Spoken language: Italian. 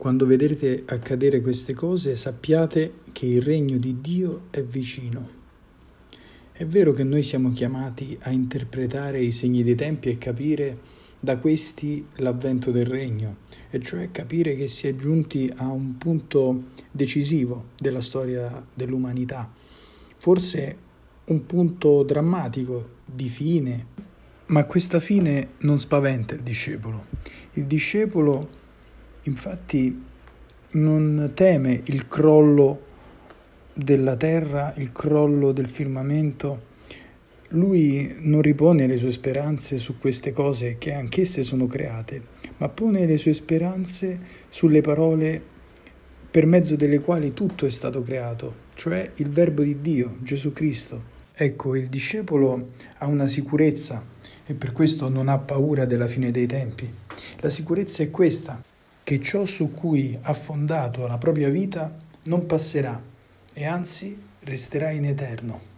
Quando vedrete accadere queste cose, sappiate che il regno di Dio è vicino. È vero che noi siamo chiamati a interpretare i segni dei tempi e capire da questi l'avvento del regno, e cioè capire che si è giunti a un punto decisivo della storia dell'umanità, forse un punto drammatico di fine, ma questa fine non spaventa il discepolo. Il discepolo infatti non teme il crollo della terra, il crollo del firmamento. Lui non ripone le sue speranze su queste cose che anch'esse sono create, ma pone le sue speranze sulle parole per mezzo delle quali tutto è stato creato, cioè il Verbo di Dio, Gesù Cristo. Ecco, il discepolo ha una sicurezza e per questo non ha paura della fine dei tempi. La sicurezza è questa, che ciò su cui ha fondato la propria vita non passerà e anzi resterà in eterno.